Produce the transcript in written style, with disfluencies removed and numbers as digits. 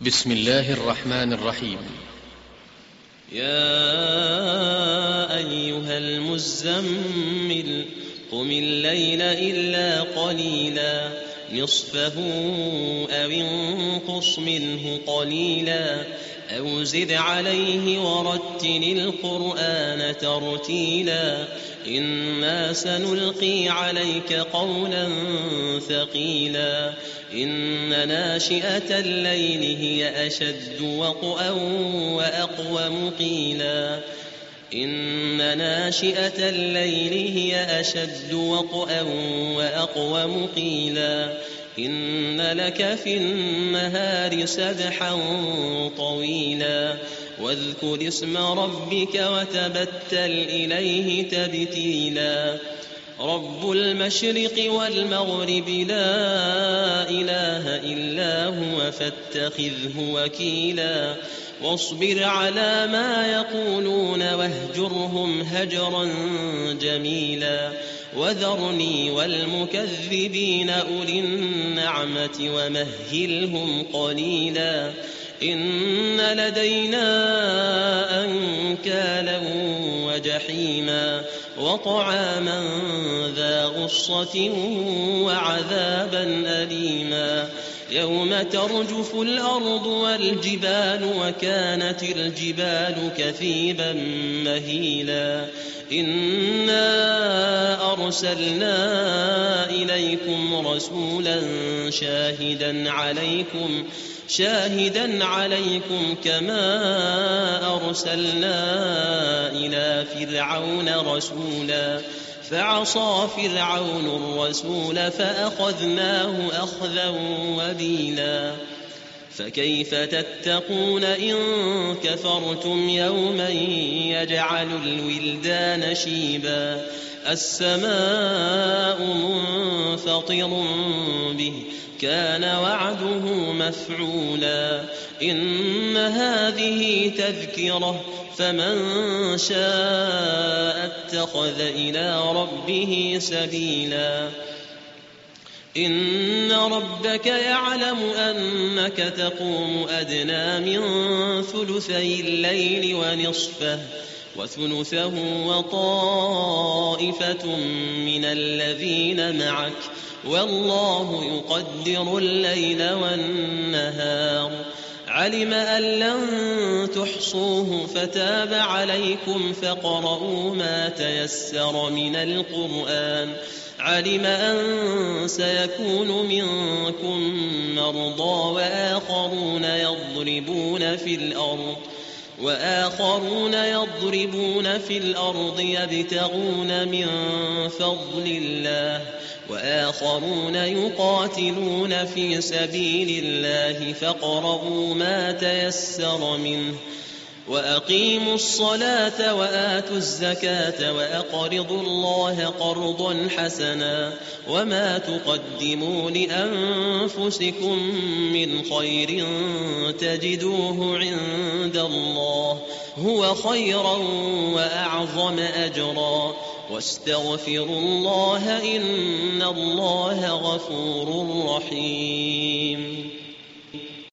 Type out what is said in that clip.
بسم الله الرحمن الرحيم. يا أيها المزمل قم الليل إلا قليلا نصفه أو انقص منه قليلا أو زد عليه ورتل القرآن ترتيلا إنا سنلقي عليك قولا ثقيلا إن ناشئة الليل هي أشد وطئا وأقوم قيلا إن ناشئة الليل هي أشد وطئا وأقوم قيلا إن لك في النهار سبحا طويلا واذكر اسم ربك وتبتل إليه تبتيلا رب المشرق والمغرب لا إله إلا هو فاتخذه وكيلا واصبر على ما يقولون واهجرهم هجرا جميلا وذرني والمكذبين أولي النعمة ومهلهم قليلا إن لدينا أنكالا وجحيما وطعاما ذا غصة وعذابا أليما يوم ترجف الأرض والجبال وكانت الجبال كثيبا مهيلا إنا أرسلنا إليكم رسولا شاهدا عليكم كما أرسلنا إلى فرعون رسولا فعصى فرعون الرسول فأخذناه أخذا وبيلا فكيف تتقون إن كفرتم يوما يجعل الولدان شيبا السماء منفطر به كان وعده مفعولا إن هذه تذكرة فمن شاء اتخذ إلى ربه سبيلا إن ربك يعلم أنك تقوم أدنى من ثلثي الليل ونصفه وثلثه وطائفة من الذين معك والله يقدر الليل والنهار علم أن لن تحصوه فتاب عليكم فاقرؤوا ما تيسر من القرآن علم أن سيكون منكم مرضى وآخرون يضربون في الأرض يبتغون من فضل الله وآخرون يقاتلون في سبيل الله فاقرؤوا ما تيسر منه وأقيموا الصلاة وآتوا الزكاة وأقرضوا الله قرضا حسنا وما تقدموا لأنفسكم من خير تجدوه عند الله هو خيرا وأعظم أجرا واستغفروا الله إن الله غفور رحيم.